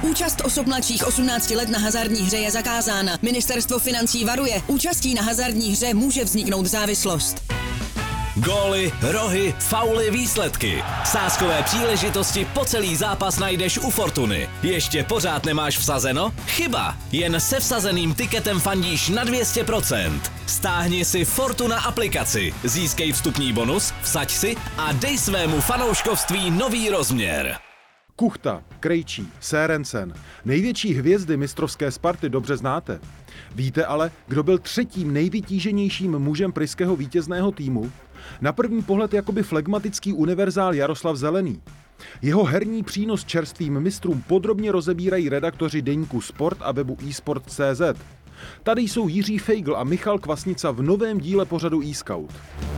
Účast osob mladších 18 let na hazardní hře je zakázána. Ministerstvo financí varuje, účastí na hazardní hře může vzniknout závislost. Góly, rohy, fauly, výsledky. Sázkové příležitosti po celý zápas najdeš u Fortuny. Ještě pořád nemáš vsazeno? Chyba! Jen se vsazeným tiketem fandíš na 200%. Stáhni si Fortuna aplikaci, získej vstupní bonus, vsaď si a dej svému fanouškovství nový rozměr. Kuchta, Krejčí, Sérencen. Největší hvězdy mistrovské Sparty dobře znáte. Víte ale, kdo byl třetím nejvytíženějším mužem pražského vítězného týmu? Na první pohled jakoby flegmatický univerzál Jaroslav Zelený. Jeho herní přínos čerstvým mistrům podrobně rozebírají redaktoři deníku Sport a webu eSport.cz. Tady jsou Jiří Feigl a Michal Kvasnica v novém díle pořadu eScout.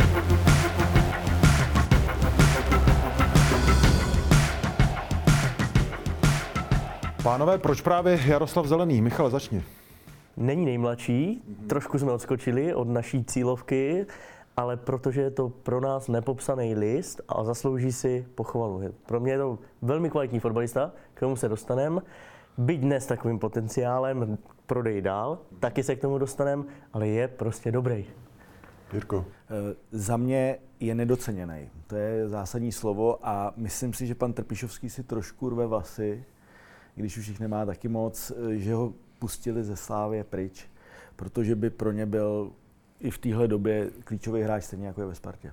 Pánové, proč právě Jaroslav Zelený? Michale, začni. Není nejmladší, trošku jsme odskočili od naší cílovky, ale protože je to pro nás nepopsaný list a zaslouží si pochvalu. Pro mě je to velmi kvalitní fotbalista, k tomu se dostaneme. Byť dnes takovým potenciálem, prodej dál, taky se k tomu dostaneme, ale je prostě dobrý. Jirko. Za mě je nedoceněný. To je zásadní slovo a myslím si, že pan Trpišovský si trošku rve vlasy, když už jich nemá taky moc, že ho pustili ze Slávie pryč, protože by pro ně byl i v téhle době klíčový hráč, stejně jako je ve Spartě.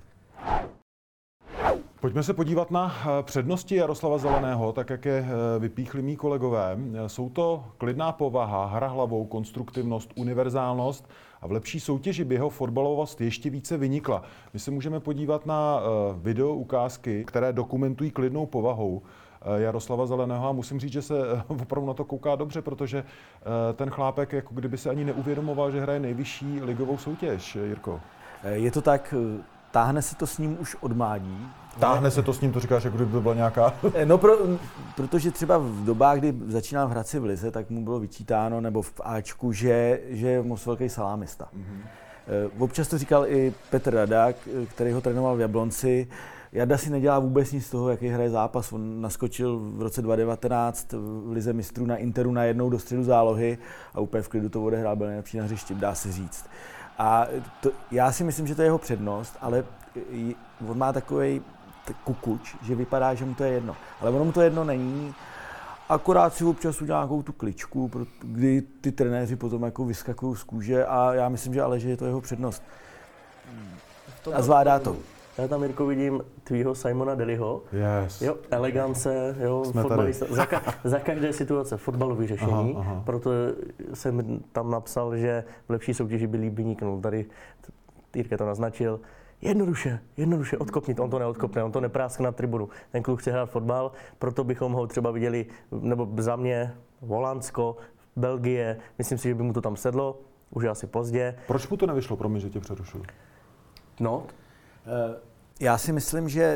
Pojďme se podívat na přednosti Jaroslava Zeleného, tak jak je vypíchli mý kolegové. Jsou to klidná povaha, hra hlavou, konstruktivnost, univerzálnost a v lepší soutěži by jeho fotbalovost ještě více vynikla. My se můžeme podívat na video ukázky, které dokumentují klidnou povahou Jaroslava Zeleného a musím říct, že se opravdu na to kouká dobře, protože ten chlápek jako kdyby se ani neuvědomoval, že hraje nejvyšší ligovou soutěž. Jirko. Je to tak, táhne se to s ním už od mládí. Táhne se to s ním, to říkáš, jako kdyby to byla nějaká... No, protože třeba v dobách, kdy začínal hrát si v lize, tak mu bylo vyčítáno, nebo v Ačku, že je moc velký salámista. Občas to říkal i Petr Radák, který ho trénoval v Jablonci. Jarda si nedělá vůbec nic z toho, jaký hraje zápas. On naskočil v roce 2019 v lize mistrů na Interu najednou do středu zálohy a úplně v klidu to odehrál, byl nejlepší na hřišti, dá se říct. A já si myslím, že to je jeho přednost, ale on má takovej kukuč, že vypadá, že mu to je jedno. Ale ono mu to jedno není, akorát si občas udělá nějakou tu kličku, kdy ty trenéři potom jako vyskakují z kůže a já myslím, že ale že je to jeho přednost. A zvládá to. Já tam, Jirko, vidím tvýho Simona Deliho. Yes. Jo, elegance, jo, fotbalista. Za každé situace fotbalový řešení. Aha. Proto jsem tam napsal, že v lepší soutěži by líp vyniknul. Tady Jirka to naznačil. Jednoduše odkopnit, on to neodkopne, on to nepráskne na tribunu. Ten kluk chce hrát fotbal, proto bychom ho třeba viděli, nebo za mě Holandsko, Belgie, myslím si, že by mu to tam sedlo, už je asi pozdě. Proč mu to nevyšlo, promiň, že tě přerušuju? No. Já si myslím, že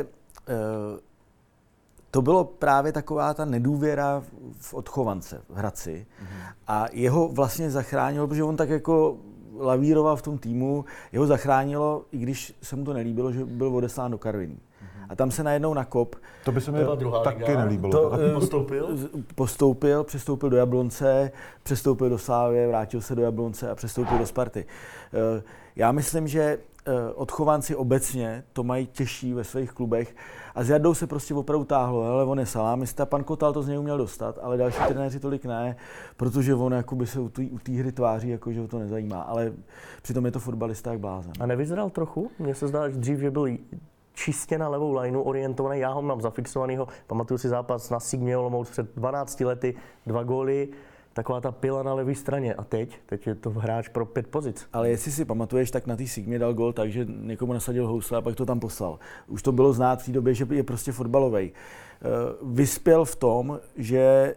to bylo právě taková ta nedůvěra v odchovance v Hradci a jeho vlastně zachránilo, protože on tak jako lavíroval v tom týmu, jeho zachránilo, i když se mu to nelíbilo, že byl odeslán do Karviní. A tam se najednou nakop. To by se mi taky nelíbilo. Postoupil, přestoupil do Jablonce, přestoupil do Slávie, vrátil se do Jablonce a přestoupil do Sparty. Já myslím, že odchovanci obecně to mají těžší ve svých klubech a s Jardou se prostě opravdu táhlo, ale on je salámista, pan Kotal to z něj uměl dostat, ale další trenéři tolik ne, protože on jakoby se u té hry tváří, jako, že ho to nezajímá, ale přitom je to fotbalista jak blázen. A nevyzral trochu? Mně se zdá, že dřív, že byl čistě na levou lineu orientovaný, já ho mám zafixovanýho, pamatuju si zápas na Sigmě Olomouc před 12 lety, 2 góly, taková ta pila na levé straně a teď je to hráč pro 5 pozic. Ale jestli si pamatuješ, tak na té Sigmě dal gól tak, že někomu nasadil housle a pak to tam poslal. Už to bylo znát v té době, že je prostě fotbalovej. Vyspěl v tom, že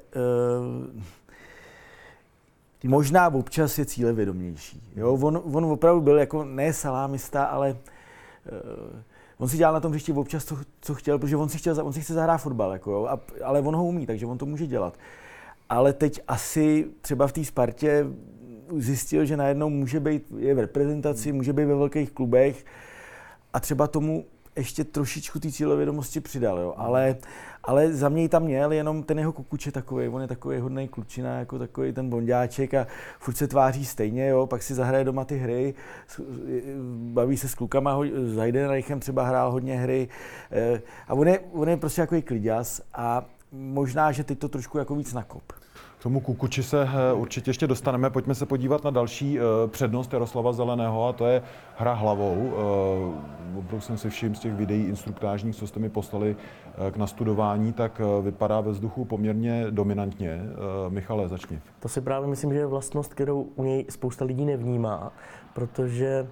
možná občas je cílevědomější. Jo? On opravdu byl jako ne salámista, ale on si dělal na tom hřišti občas, co chtěl, protože on si chce zahrát fotbal, jako, jo? Ale on ho umí, takže on to může dělat. Ale teď asi třeba v té Spartě zjistil, že najednou je v reprezentaci, může být ve velkých klubech a třeba tomu ještě trošičku té cílevědomosti přidal, jo. ale za mě tam měl, jenom ten jeho Kukuč je takovej, on je takový hodnej klučina, jako takový ten bondáček a furt se tváří stejně, jo, pak si zahraje doma ty hry, baví se s klukama, s Heidenreichem třeba hrál hodně hry a on je prostě takový kliďas a možná, že teď to trošku jako víc nakop. K tomu Kukuči se určitě ještě dostaneme. Pojďme se podívat na další přednost Jaroslava Zeleného a to je hra hlavou. Opravdu jsem si všiml z těch videí instruktážních, co jste mi poslali k nastudování, tak vypadá ve vzduchu poměrně dominantně. Michale, začni. To si právě myslím, že je vlastnost, kterou u něj spousta lidí nevnímá, protože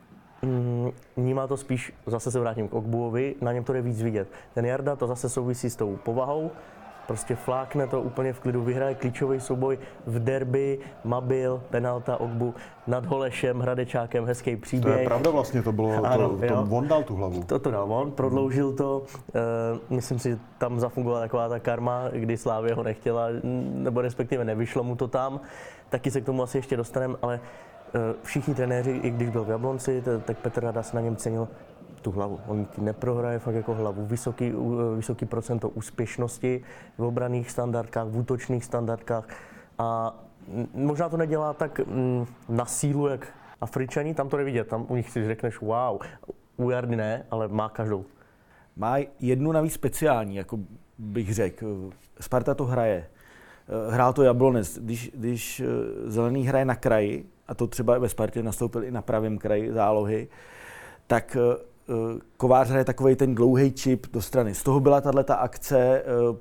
vnímá to spíš, zase se vrátím k Ogbuovi, na něm to jde víc vidět. Ten Jarda to zase souvisí s tou povahou, prostě flákne to úplně v klidu, vyhraje klíčový souboj v derby, Mabil, penalta Ogbu nad Holešem, Hradečákem, hezký příběh. To je pravda vlastně, to bylo, ano, on dal tu hlavu. To dal on, prodloužil to, myslím si, že tam zafungovala taková ta karma, kdy Slavia ho nechtěla, nebo respektive nevyšlo mu to tam, taky se k tomu asi ještě dostaneme, ale všichni trenéři, i když byl v Jablonci, tak Petr Rada se na něm cenil tu hlavu. On ti neprohraje fakt jako hlavu. Vysoký procento úspěšnosti v obranných standardkách, v útočných standardkách. A možná to nedělá tak na sílu, jak Afričani, tam to nevidět. Tam u nich si řekneš wow. U Jardy ne, ale má každou. Má jednu navíc speciální, jako bych řekl. Sparta to hraje. Hrál to Jablonec. Když Zelený hraje na kraji, a to třeba ve Spartě nastoupil i na pravém kraji zálohy, tak Kovář hraje takovej ten dlouhý čip do strany. Z toho byla tato akce,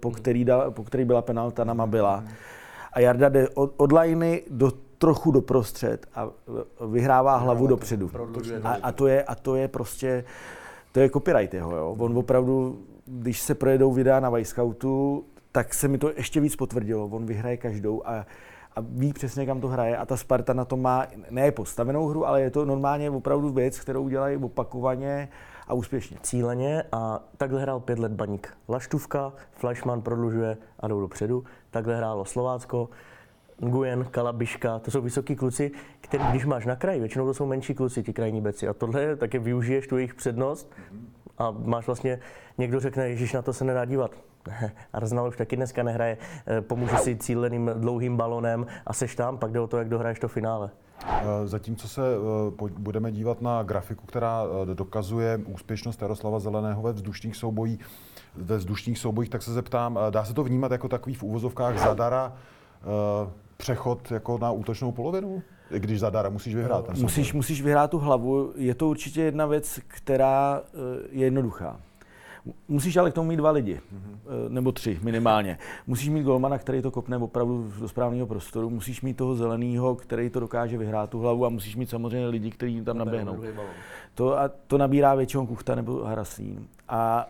po který byla penalta na Mabila. A Jarda jde od lajny trochu doprostřed a vyhrává hlavu dopředu. A to je prostě, to je copyright jeho. Jo. On opravdu, když se projedou videa na Vyscoutu, tak se mi to ještě víc potvrdilo. On vyhraje každou a ví přesně, kam to hraje a ta Sparta na to má ne postavenou hru, ale je to normálně opravdu věc, kterou dělají opakovaně a úspěšně. Cíleně a takhle hrál 5 let Baník. Laštůvka, Fleischmann prodlužuje a jdou dopředu. Takhle hrálo Slovácko, Nguyen, Kalabiška, to jsou vysoký kluci, který když máš na kraji, většinou to jsou menší kluci, ti krajní beci. A tohle taky využiješ tu jejich přednost a máš vlastně, někdo řekne, ježiš, na to se nedá dívat. Arsenal už taky dneska nehraje, pomůže si cíleným dlouhým balonem a seš tam, pak jde o to, jak dohraješ to finále. Zatímco se budeme dívat na grafiku, která dokazuje úspěšnost Jaroslava Zeleného ve vzdušných soubojích, tak se zeptám, dá se to vnímat jako takový v úvozovkách zadara přechod jako na útočnou polovinu? Když zadara musíš vyhrát. Musíš vyhrát tu hlavu. Je to určitě jedna věc, která je jednoduchá. Musíš ale k tomu mít 2 lidi, nebo 3 minimálně. Musíš mít golmana, který to kopne opravdu do správného prostoru, musíš mít toho Zeleného, který to dokáže vyhrát tu hlavu a musíš mít samozřejmě lidi, kteří tam naběhnou. To nabírá většinou Kuchta nebo Haraslín. A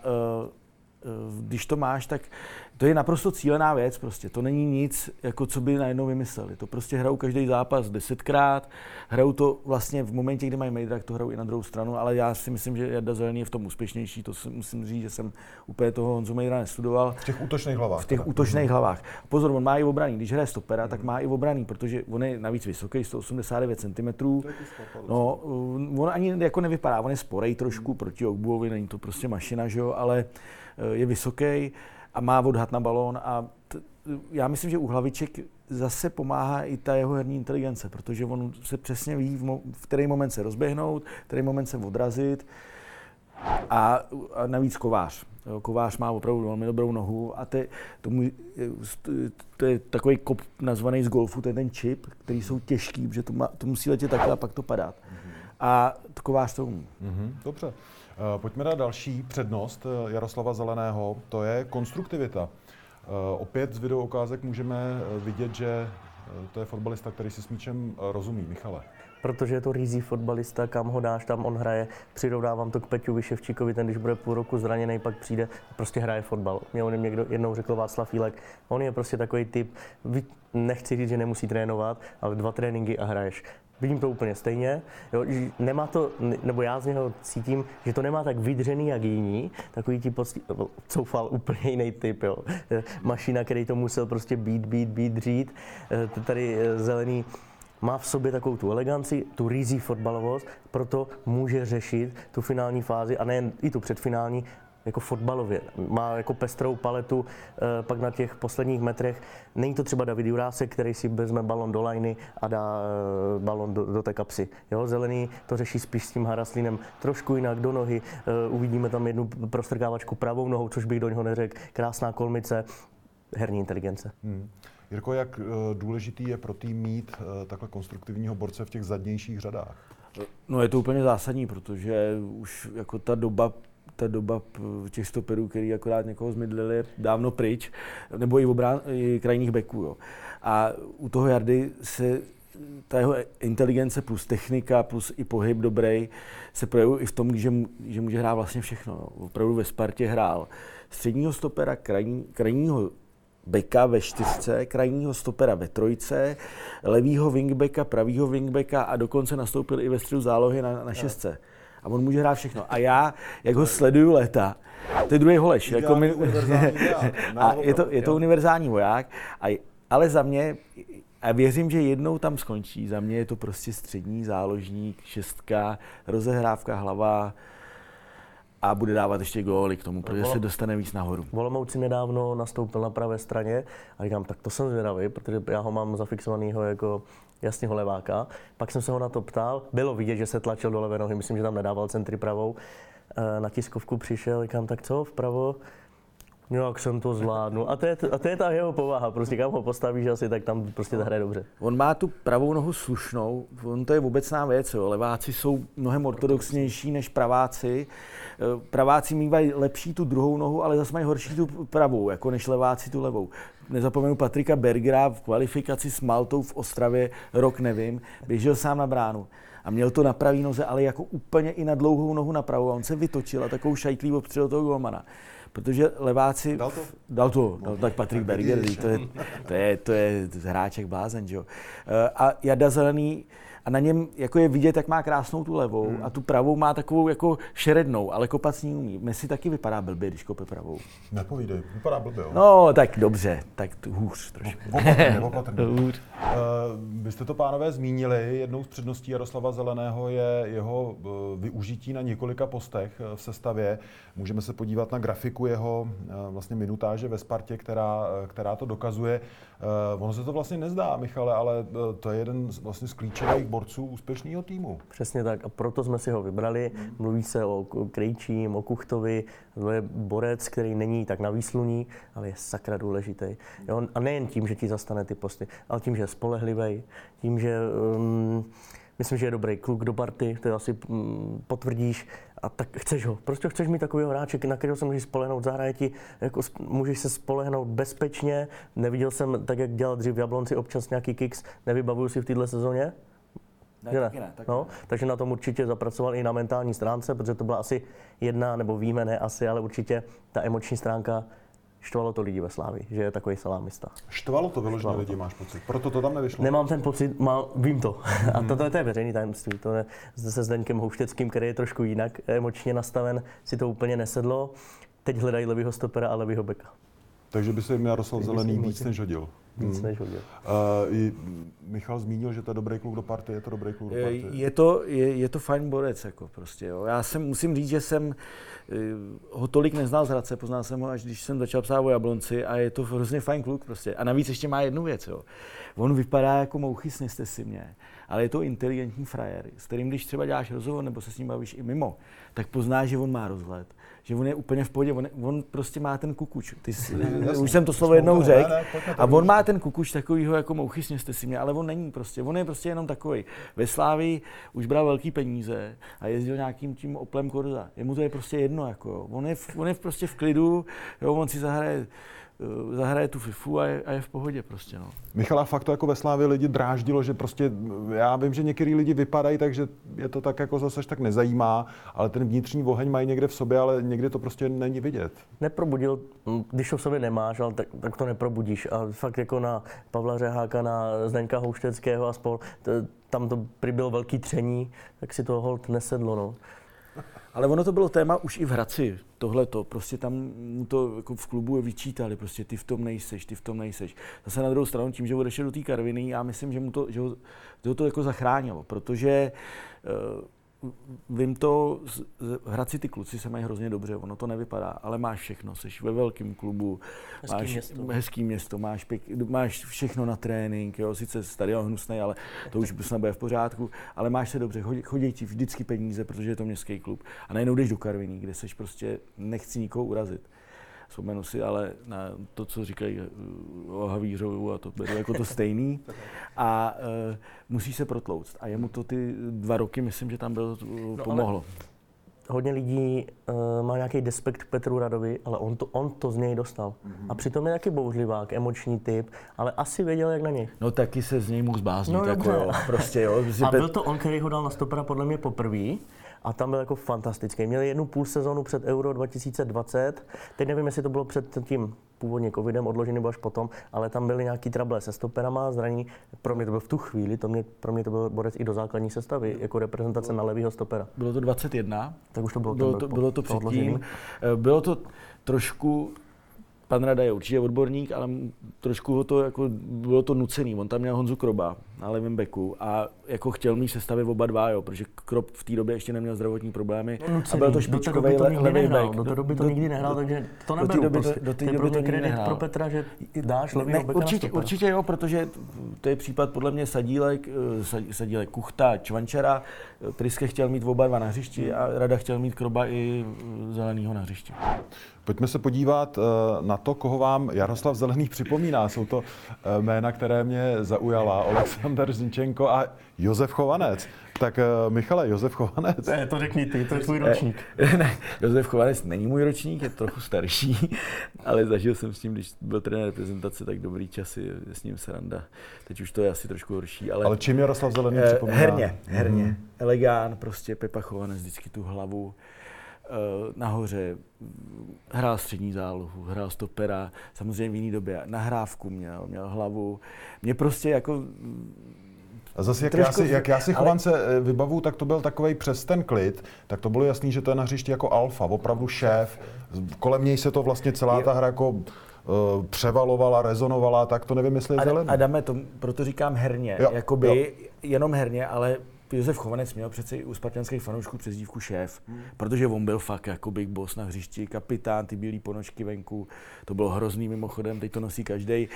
když to máš, tak to je naprosto cílená věc prostě. To není nic, jako co by najednou vymysleli. To prostě hrajou každý zápas 10krát, hrajou to vlastně v momentě, kdy mají mejdra, to hrajou i na druhou stranu, ale já si myslím, že Jarda Zelený je v tom úspěšnější. To si musím říct, že jsem úplně toho Honzu Mejdra nestudoval. V těch útočných hlavách. V těch útočných hlavách. Pozor, on má i obraný. Když hraje stopera, tak má i obraný, protože on je navíc vysoký, 189 cm. No, on ani jako nevypadá, on je sporej trošku proti Ogbuovi, není to prostě mašina, že jo, ale je vysoký a má odhad na balón a já myslím, že u hlaviček zase pomáhá i ta jeho herní inteligence, protože on se přesně ví, v který moment se rozběhnout, v který moment se odrazit a navíc Kovář. Kovář má opravdu velmi dobrou nohu a to je takový kop nazvaný z golfu, to je ten čip, který jsou těžký, protože to musí letět takhle a pak to padat. A Kovář to umí. Dobře. Pojďme na další přednost Jaroslava Zeleného, to je konstruktivita. Opět z videoukázek můžeme vidět, že to je fotbalista, který si s míčem rozumí. Michale. Protože je to rizí fotbalista, kam ho dáš, tam on hraje. Přirovnávám to k Peťovi Ševčíkovi, ten když bude půl roku zraněný, pak přijde a prostě hraje fotbal. Mě o něm někdo jednou řekl Václav Jílek. On je prostě takový typ, nechci říct, že nemusí trénovat, ale 2 tréninky a hraješ. Vidím to úplně stejně, jo, nemá to, nebo já z něho cítím, že to nemá tak vydřený jak jiní, takový ti Coufal úplně jiný typ, jo. Mašina, který to musel prostě být dřít, tady Zelený má v sobě takovou tu eleganci, tu rizí fotbalovost, proto může řešit tu finální fázi a nejen i tu předfinální jako fotbalově. Má jako pestrou paletu, pak na těch posledních metrech. Není to třeba David Jurásek, který si vezme balon do lajny a dá balon do té kapsy. Jo, Zelený to řeší spíš s tím Haraslínem trošku jinak do nohy. Uvidíme tam jednu prostrkávačku pravou nohou, což bych do něho neřekl. Krásná kolmice, herní inteligence. Jirko, jak důležitý je pro tým mít takhle konstruktivního borce v těch zadnějších řadách? No je to úplně zásadní, protože už jako ta doba těch stoperů, který akorát někoho zmydlili, je dávno pryč, nebo i krajních beků. Jo. A u toho Jardy se ta jeho inteligence plus technika plus i pohyb dobrý se projevuje i v tom, že může hrát vlastně všechno. Jo. Opravdu ve Spartě hrál středního stopera, krajního beka ve 4, krajního stopera ve 3, levýho wingbacka, pravýho wingbacka a dokonce nastoupil i ve středu zálohy na 6. A on může hrát všechno. A já, jak ho sleduju léta, to je druhý Holeš. Jako je to univerzální voják, ale za mě, a věřím, že jednou tam skončí, za mě je to prostě střední záložník, 6, rozehrávka, hlava a bude dávat ještě góly k tomu, protože se dostane víc nahoru. V Olomouci nedávno nastoupil na pravé straně a říkám, tak to jsem zvědavý, protože já ho mám zafixovanýho jako jasného leváka. Pak jsem se ho na to ptal, bylo vidět, že se tlačil do levé nohy, myslím, že tam nedával centry pravou. Na tiskovku přišel, říkám, tak co, vpravo? Jak jsem to zvládnul. A to je ta jeho povaha, prostě kam ho postavíš asi, tak tam prostě ta hraje dobře. On má tu pravou nohu slušnou, to je obecná věc, jo. Leváci jsou mnohem ortodoxnější než praváci. Praváci mívají lepší tu druhou nohu, ale zase mají horší tu pravou, jako než leváci tu levou. Nezapomenu Patrika Bergera v kvalifikaci s Maltou v Ostravě, rok nevím, běžel sám na bránu. A měl to na pravý noze, ale jako úplně i na dlouhou nohu na pravou. A on se vytočil a takovou šajtlí opřel toho golmana. Protože leváci... Dal to. Tak Patrik Berger, to je hráček blázen, že jo. A Jarda Zelený, a na něm jako je vidět, jak má krásnou tu levou a tu pravou má takovou jako šerednou, ale kopat s ní umí. Messi taky vypadá blbě, když kope pravou. Nepovídej, vypadá blbě, jo. No, tak dobře, tak hůř trošku. Opatrně. Vy jste to, pánové, zmínili, jednou z předností Jaroslava Zeleného je jeho využití na několika postech v sestavě. Můžeme se podívat na grafiku jeho vlastně minutáže ve Spartě, která to dokazuje. Ono se to vlastně nezdá, Michale, ale to je jeden z klíčových borců úspěšného týmu. Přesně tak a proto jsme si ho vybrali. Mluví se o Krejčím, o Kuchtovi. To je borec, který není tak na výsluní, ale je sakra důležitý. Jo? A nejen tím, že ti zastane ty posty, ale tím, že je spolehlivý, tím, že myslím, že je dobrý kluk do party, to asi potvrdíš. A tak chceš ho. Prostě chceš mít takovýho hráče, na kterého se můžeš spolehnout, zahraje ti, jako můžeš se spolehnout bezpečně. Neviděl jsem, tak jak dělal dřív v Jablonci, občas nějaký kicks, nevybavuju si v této sezóně? Ne. Takže na tom určitě zapracoval i na mentální stránce, protože to byla asi jedna, nebo víme, ne asi, ale určitě ta emoční stránka. Štvalo to lidi ve Slávii, že je takový salámista. Štvalo to vyloženě lidi, máš pocit? Proto to tam nevyšlo? Nemám ten pocit, vím to. A to je veřejný tajemství. To je se Zdeňkem Houštěckým, který je trošku jinak emočně nastaven, si to úplně nesedlo. Teď hledají levýho stopera a levýho beka. Takže by se jim Jaroslav Zelený víc než hodil. Než hodil. Michal zmínil, že to je dobrý kluk do party, je to dobrý kluk do party. Je to fajn borec, jako prostě, jo. Já musím říct, že jsem ho tolik neznal z Hradce, poznal jsem ho, až když jsem začal psát o Jablonci a je to hrozně fajn kluk prostě. A navíc ještě má jednu věc, jo. On vypadá jako mouchy, sněste si mě, ale je to inteligentní frajer, s kterým když třeba děláš rozhovor nebo se s ním bavíš i mimo, tak poznáš, že on má rozhled, že on je úplně v pohodě, on prostě má ten kukuč. Už jsem to slovo jednou řekl. A on má ten kukuč takovýho jako mouchy, sněste si mě, ale on není prostě, on je prostě jenom takový. Ve Slávii už bral velký peníze a jezdil nějakým tím Oplem Corsa. Jemu to je prostě jedno, jako jo. On je prostě v klidu, jo, on si zahraje tu FIFU a je v pohodě prostě, no. Michala, fakt to jako ve Slávii lidi dráždilo, že prostě, já vím, že některý lidi vypadají, takže je to tak jako zase tak nezajímá, ale ten vnitřní oheň mají někde v sobě, ale někdy to prostě není vidět. Neprobudil, když to v sobě nemáš, ale tak to neprobudíš. A fakt jako na Pavla Řeháka, na Zdeňka Houštěckého a spol, tam to přibylo velký tření, tak si to holt nesedlo, no. Ale ono to bylo téma už i v Hradci, tohleto, prostě tam mu to jako v klubu vyčítali, prostě ty v tom nejseš. Zase na druhou stranu tím, že odešel do té Karviny, já myslím, že ho to jako zachránilo, protože vím to, hrát si ty kluci se mají hrozně dobře, ono to nevypadá, ale máš všechno, jsi ve velkém klubu, máš hezký město, máš všechno na trénink, jo, sice stadion hnusnej, ale to už snad bude v pořádku, ale máš se dobře, chodí ti vždycky peníze, protože je to městský klub a najednou jdeš do Karviní, kde seš prostě, nechci nikoho urazit. Vzpomenu si ale na to, co říkají o Havířovu a to beru jako to stejný a musí se protlouct a jemu to ty 2 roky, myslím, že tam bylo, pomohlo. Hodně lidí má nějaký despekt k Petru Radovi, ale on to z něj dostal. A přitom je taky bouřlivák, emoční typ, ale asi věděl, jak na něj. No taky se z něj mohl zbláznit, jako jo, prostě jo. A byl to on, který ho dal na stopera podle mě poprvé. A tam byl jako fantastický. Měli 1 půl sezonu před Euro 2020. Teď nevím, jestli to bylo před tím původně covidem, odložený nebo až potom, ale tam byly nějaký trable se stoperama, zraní. Pro mě to byl v tu chvíli, pro mě to byl borec i do základní sestavy, jako reprezentace na levýho stopera. Bylo to 21. Tak už to bylo to předtím. Bylo to trošku, pan Rada je určitě odborník, ale trošku ho to jako, bylo to nucený. On tam měl Honzu Kroba na levém beku a jako chtěl mít sestavy oba dva, jo, protože Krob v té době ještě neměl zdravotní problémy. Nucený. A byl to špičkovej levý bek. Do té doby to nikdy nehrál, takže to neberu. Do té doby to nikdy nehrál. Pro Petra, že dáš levýho beka na stopera. Určitě jo, protože to je případ podle mě Sadílek, Kuchta, Čvančara. Priske chtěl mít oba dva na hřišti a Rada chtěl mít Kroba i Zelenýho na hřišti. Pojďme se podívat na to, koho vám Jaroslav Zelený připomíná. Jsou to jména, které mě zaujala. Oleksandr Zinchenko a Josef Chovanec. Tak Michale, Josef Chovanec. Ne, to řekni ty, to je tvůj ročník. Ne, Josef Chovanec není můj ročník, je trochu starší, ale zažil jsem s ním, když byl trenér reprezentace, tak dobrý časy, je s ním sranda. Teď už to je asi trošku horší. Ale čím Jaroslav Zelený připomíná? Herně. Elegán, prostě Pepa Chovanec, vždycky tu hlavu nahoře, hrál střední zálohu, hrál stopera, samozřejmě v jiný době, nahrávku měl hlavu. Mě prostě jako... A zase, jak já si Chovance vybavu, tak to byl takovej přes ten klid, tak to bylo jasný, že to je na hřišti jako alfa, opravdu šéf. Kolem něj se to vlastně celá ta hra jako převalovala, rezonovala, tak to nevím, jestli je Zelený. Adame, proto říkám herně, jenom herně, ale Josef Chovanec měl přece i u spartanských fanoušků přezdívku šéf, protože on byl fakt jako big boss na hřišti, kapitán, ty bílý ponožky venku, to bylo hrozný mimochodem, teď to nosí každej,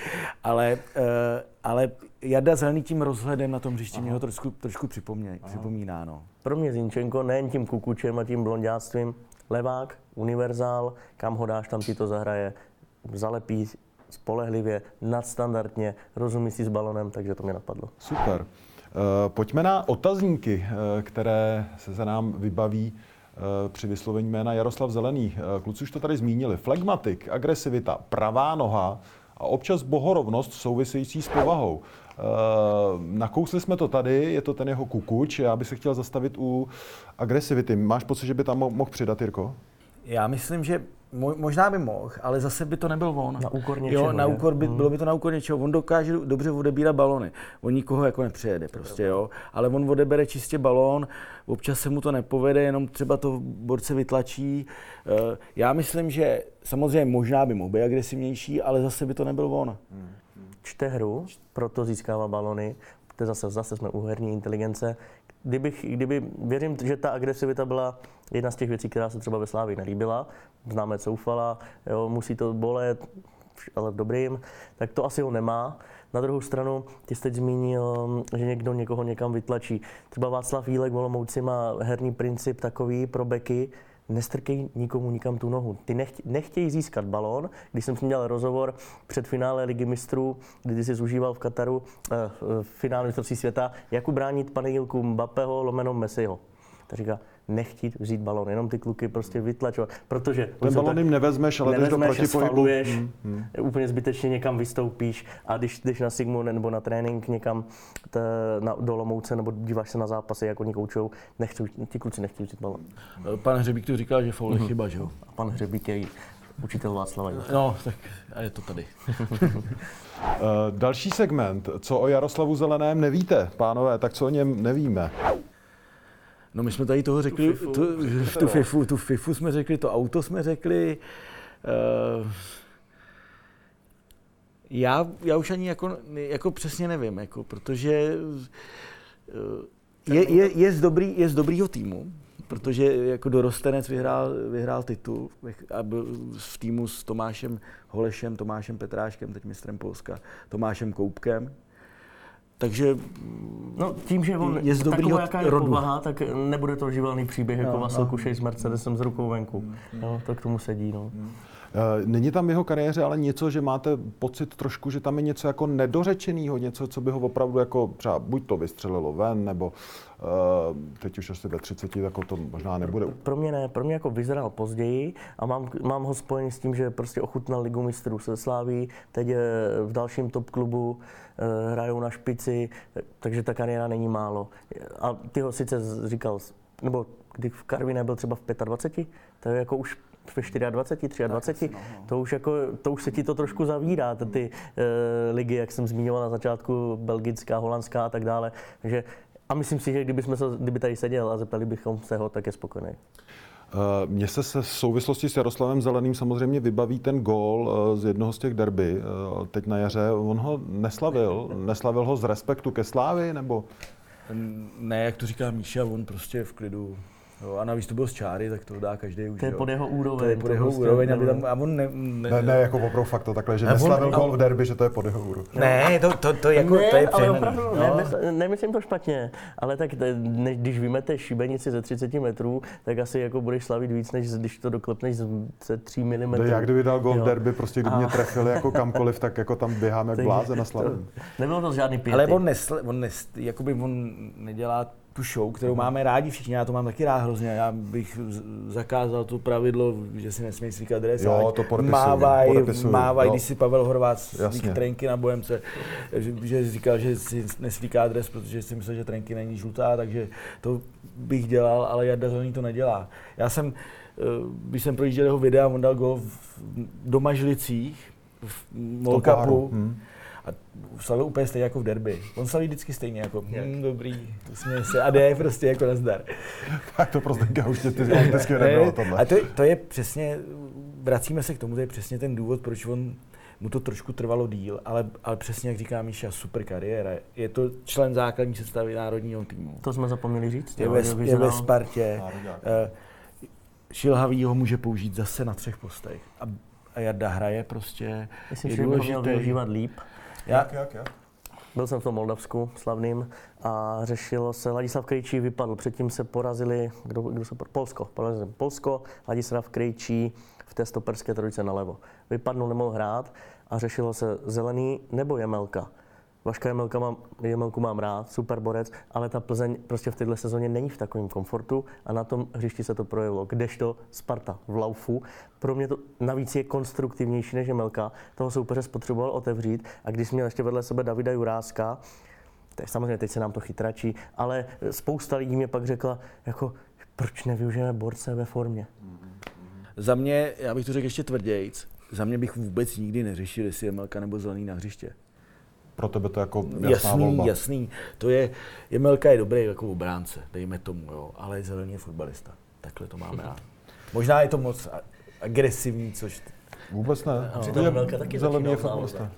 ale Jarda Zelený tím rozhledem na tom hřišti mě ho trošku připomíná. No. Pro mě Zinchenko nejen tím kukučem a tím blonďáctvím, levák, univerzál, kam ho dáš, tam ti to zahraje, zalepí spolehlivě, nadstandardně, rozumí si s balonem, takže to mě napadlo. Super. Pojďme na otazníky, které se nám vybaví při vyslovení jména Jaroslav Zelený. Kluci už to tady zmínili. Flegmatik, agresivita, pravá noha a občas bohorovnost související s povahou. Nakousli jsme to tady, je to ten jeho kukuč. Já bych se chtěl zastavit u agresivity. Máš pocit, že by tam mohl přidat, Jirko? Já myslím, že možná by mohl, ale zase by to nebyl on. Na úkor něčeho. Jo, bylo by to na úkor něčeho. On dokáže dobře odebírat balony. On nikoho jako nepřejede prostě, jo. Ale on odebere čistě balón, občas se mu to nepovede, jenom třeba to borce vytlačí. Já myslím, že samozřejmě možná by mohl být agresivnější, ale zase by to nebyl on. Čte hru, proto získává balony. Zase jsme u herní inteligence. Věřím, že ta agresivita byla jedna z těch věcí, která se třeba ve Slávii nelíbila. Známe Coufala, jo, musí to bolet, ale v dobrým, tak to asi ho nemá. Na druhou stranu, ty jsi teď zmínil, že někdo někoho někam vytlačí. Třeba Václav Jílek v Olomouci má herní princip takový pro beky, nestrkej nikomu nikam tu nohu. Ty nechtějí získat balón. Když jsem s ním dělal rozhovor před finále Ligy mistrů, kdy ty jsi zužíval v Kataru finále mistrovství světa, jak ubránit panegylku Mbappého / Messiho. Tak říká, nechtít vzít balón, jenom ty kluky prostě vytlačovat, protože... Ten balón jim nevezmeš, ale jdeš do protipohybu. Úplně zbytečně někam vystoupíš a když jdeš na Sigmu nebo na trénink někam do Olomouce nebo díváš se na zápasy, jako oni koučou, ti kluci nechtějí vzít balón. Pan Hřebík tu říkal, že faul je chyba, že jo? A pan Hřebík je učitel Václava. No, tak a je to tady. Další segment. Co o Jaroslavu Zeleném nevíte, pánové, tak co o něm nevíme? No my jsme tady toho řekli, tu FIFU jsme řekli, to auto jsme řekli. Já už ani jako přesně nevím, protože Je z dobrýho týmu, protože jako dorostenec vyhrál titul a byl v týmu s Tomášem Holešem, Tomášem Petráškem, teď mistrem Polska, Tomášem Koupkem. Takže tím, že on je z dobrýho jaká je povaha, tak nebude to živelný příběh jako Vasil Kušej s Mercedesem z rukou venku. To k tomu sedí. Není tam v jeho kariéře ale něco, že máte pocit trošku, že tam je něco jako nedořečenýho, něco, co by ho opravdu jako třeba buď to vystřelilo ven, nebo teď už asi ve 30, tak to možná nebude. Pro mě jako vyzrál později a mám ho spojený s tím, že prostě ochutnal Ligu mistrů se Slaví, teď je v dalším top klubu, hrajou na špici, takže ta kariéra není málo. A ty ho sice říkal, nebo když v Karviné byl třeba v 25, to je jako už ve 24, 23, to už se ti to trošku zavírá, ty ligy, jak jsem zmiňoval na začátku, belgická, holandská a tak dále. Takže, a myslím si, že kdyby tady seděl a zeptali bychom se ho, tak je spokojený. Mně se v souvislosti s Jaroslavem Zeleným samozřejmě vybaví ten gól z jednoho z těch derby teď na jaře. On ho neslavil ho z respektu ke Slávii, nebo? Ne, jak to říká Míša, on prostě v klidu. Jo, a navíc to bylo z čáry, tak to dá každý už. To je pod jeho úroveň. To je pod jeho úroveň, aby tam, a on ne, jako opravdu fakt to takhle, že neslavil gól v derby, že to je pod jeho úroveň. Ne, to jako, to je ale opravdu, nemyslím to špatně, ale tak když vymeteš šibenici ze 30 metrů, tak asi jako budeš slavit víc, než když to doklepneš ze 3 mm. Jak kdyby dal gól v derby, prostě kdyby mě trefili jako kamkoliv, tak jako tam běhám jak blázen na slavení. Nebylo to žádný piety. Ale on nedělá tu show, kterou máme rádi všichni, já to mám taky rád hrozně. Já bych zakázal to pravidlo, že si nesmí slíkat dres. Jo, to mávaj, když si Pavel Horváth slík trenky na Bohemce, že říkal, že si neslíká dres, protože si myslel, že trenky není žlutá, takže to bych dělal, ale Jarda Zelený to nedělá. Když jsem projížděl jeho videa, on dal gól v doma Žlicích, v Molkapu. A slavil úplně stejně jako v derby. On slaví vždycky stejně jako dobrý, směje se a jde prostě jako nazdar. Tak to prostě už tě ty nebylo tohle. A to je přesně, vracíme se k tomu, to je přesně ten důvod, proč mu to trošku trvalo díl, ale přesně jak říká Míša, super kariéra. Je to člen základní sestavy národního týmu. To jsme zapomněli říct. Je ve Spartě. Šilhavý ho může použít zase na 3 postech. A Jarda hraje prostě. Myslím, že by ho měl využívat líp. Jak? Byl jsem v tom Moldavsku slavným a řešilo se, Ladislav Krejčí vypadl, předtím se porazili, Polsko, Ladislav Krejčí v té stoperské trojice nalevo. Vypadnul, nemohl hrát a řešilo se Zelený nebo Jemelka. Vaška Jemelku mám rád, super borec, ale ta Plzeň prostě v této sezóně není v takovém komfortu a na tom hřišti se to projevilo. Kdežto Sparta v laufu, pro mě to navíc je konstruktivnější než Jemelka, toho soupeře spotřeboval otevřít a když měl ještě vedle sebe Davida Juráska, tak samozřejmě teď se nám to chytračí, ale spousta lidí mě pak řekla, jako, proč nevyužijeme borce ve formě. Za mě, já bych to řekl ještě tvrdějc, za mě bych vůbec nikdy neřešil, jestli Jemelka nebo Zelený na hřiště. Pro tebe to jako jasná volba. Jasný. Jemelka je dobrý jako obránce, dejme tomu, jo, ale Zelený je fotbalista. Takhle to máme rád. Možná je to moc agresivní, což... Vůbec ne. Jemelka taky Zelený je fotbalista.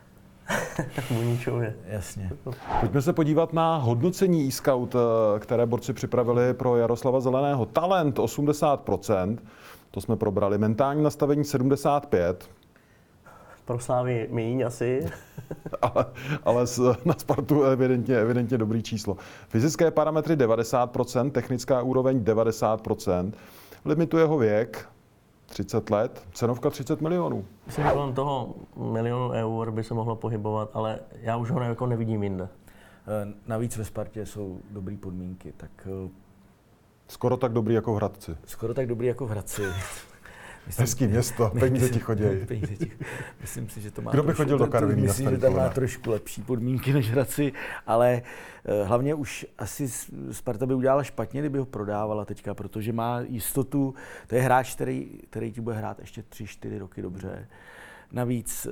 Muníčově. Jasně. Pojďme se podívat na hodnocení e-scout, které borci připravili pro Jaroslava Zeleného. Talent 80%, to jsme probrali. Mentální nastavení 75%. Pro Slávy míň asi. ale na Spartu evidentně dobrý číslo. Fyzické parametry 90%, technická úroveň 90%. Limituje ho věk 30 let, cenovka 30 milionů. Myslím, že kolem toho 1 milionu eur by se mohlo pohybovat, ale já už ho jako nevidím jinde. Navíc ve Spartě jsou dobré podmínky, tak... Skoro tak dobrý jako v Hradci. Skoro tak dobrý jako v Hradci. Hezký město, peníze ti chodí. Myslím si, že to má Kdo by chodil do Karviní? Myslím, že tam má trošku lepší podmínky než Hradci, ale hlavně už asi Sparta by udělala špatně, kdyby ho prodávala teďka, protože má jistotu, to je hráč, který ti bude hrát ještě 3-4 roky dobře. Navíc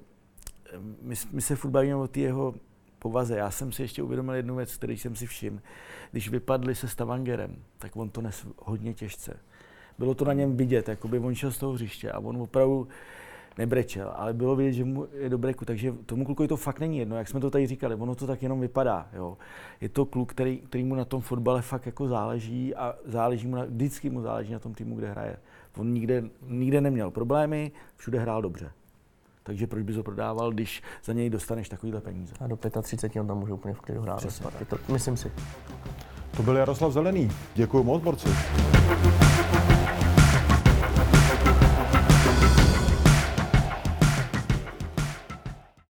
my se furt bavíme o té jeho povaze. Já jsem si ještě uvědomil jednu věc, který jsem si všiml. Když vypadli se Stavangerem, tak on to nes hodně těžce. Bylo to na něm vidět, jakoby on šel z toho hřiště a on opravdu nebrečel, ale bylo vidět, že mu je do breku, takže tomu klukovi to fakt není jedno, jak jsme to tady říkali, ono to tak jenom vypadá, jo. Je to kluk, který mu na tom fotbale fakt jako záleží a vždycky mu záleží na tom týmu, kde hraje. On nikde neměl problémy, všude hrál dobře. Takže proč bys ho prodával, když za něj dostaneš takovýhle peníze? A do 35 on tam může úplně v klidu hrát. Myslím si. To byl Jaroslav Zelený. Děkuji moc, borci.